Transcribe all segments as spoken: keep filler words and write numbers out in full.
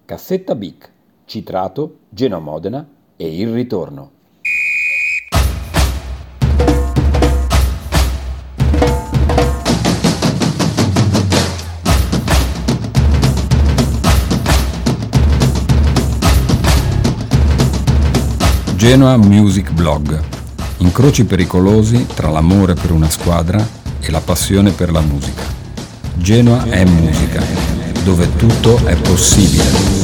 Cassetta Bic, Citrato, Genoa-Modena e il ritorno. Genoa Music Blog. Incroci pericolosi tra l'amore per una squadra e la passione per la musica. Genoa è musica, dove tutto è possibile.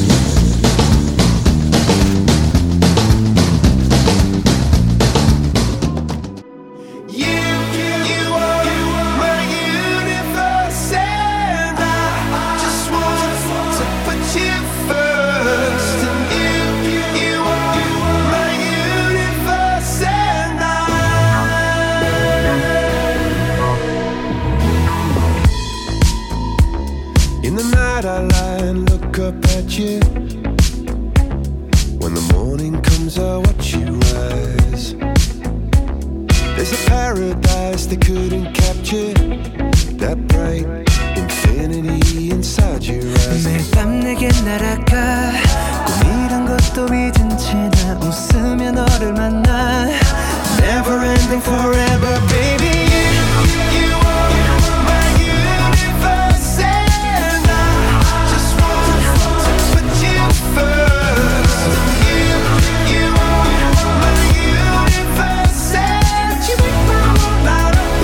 In the night I lie and look up at you. When the morning comes I watch you rise. There's a paradise they couldn't capture, that bright infinity inside your eyes. 매일 밤 내게 날아가 꿈이란 것도 잊은 채 나 웃으며 너를 만나. Never ending forever baby. You, you are my universe and I just want to put you first. You, you are my universe and you make my world light up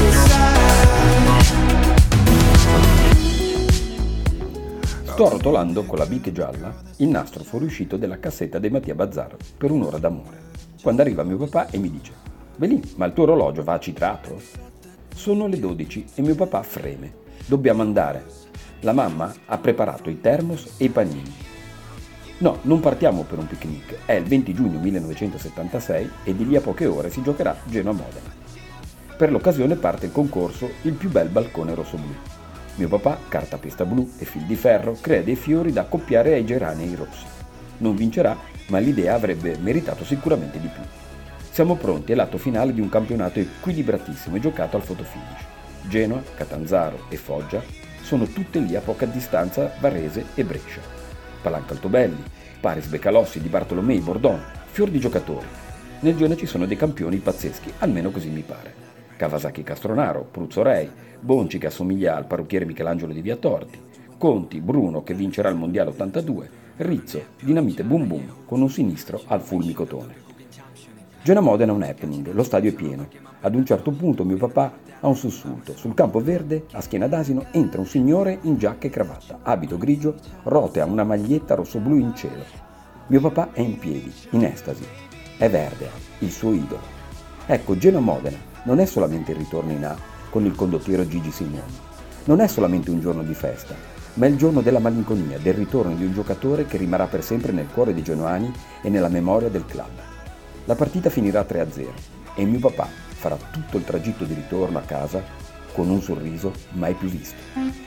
inside. Sto rotolando con la bic gialla il nastro fuoriuscito della cassetta dei Mattia Bazzar per un'ora d'amore, quando arriva mio papà e mi dice: Belì, ma il tuo orologio va a citrato? Sono le dodici e mio papà freme. Dobbiamo andare. La mamma ha preparato i termos e i panini. No, non partiamo per un picnic. È il venti giugno millenovecentosettantasei e di lì a poche ore si giocherà Genoa-Modena. Per l'occasione parte il concorso Il più bel balcone rosso-blu. Mio papà, cartapesta blu e fil di ferro, crea dei fiori da accoppiare ai geranei rossi. Non vincerà, ma l'idea avrebbe meritato sicuramente di più. Siamo pronti all'atto finale di un campionato equilibratissimo e giocato al fotofinish. Genoa, Catanzaro e Foggia sono tutte lì a poca distanza Varese e Brescia. Palanca Altobelli, Paris Becalossi di Bartolomei, Bordon, fior di giocatori. Nel Genoa ci sono dei campioni pazzeschi, almeno così mi pare. Kawasaki Castronaro, Pruzzo Rei, Bonci che assomiglia al parrucchiere Michelangelo di Via Torti, Conti, Bruno che vincerà il Mondiale ottantadue, Rizzo, Dinamite Boom Boom con un sinistro al fulmicotone. Genoa-Modena è un happening, lo stadio è pieno. Ad un certo punto mio papà ha un sussulto. Sul campo verde, a schiena d'asino, entra un signore in giacca e cravatta, abito grigio, rotea una maglietta rosso-blu in cielo. Mio papà è in piedi, in estasi. È Verdea, il suo idolo. Ecco, Genoa-Modena non è solamente il ritorno in A con il condottiero Gigi Simoni. Non è solamente un giorno di festa, ma è il giorno della malinconia, del ritorno di un giocatore che rimarrà per sempre nel cuore dei genoani e nella memoria del club. La partita finirà tre a zero e mio papà farà tutto il tragitto di ritorno a casa con un sorriso mai più visto.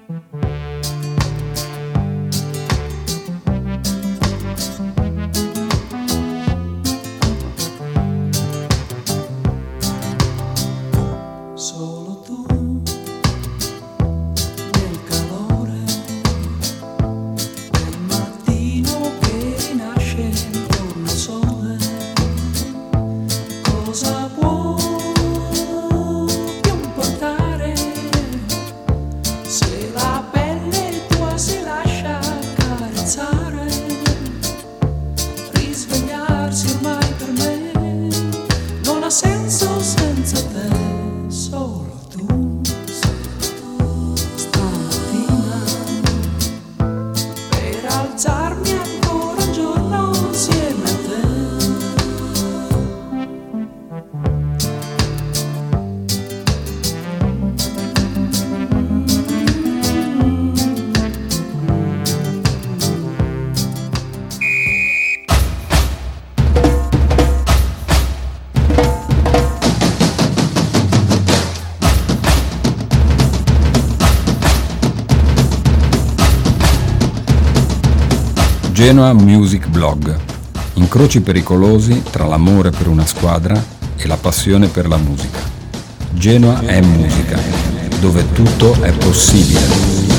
Senso senza te, solo tu, stamattina, per alzarmi ancora un giorno insieme a te. Genoa Music Blog. Incroci pericolosi tra l'amore per una squadra e la passione per la musica. Genoa è musica, dove tutto è possibile.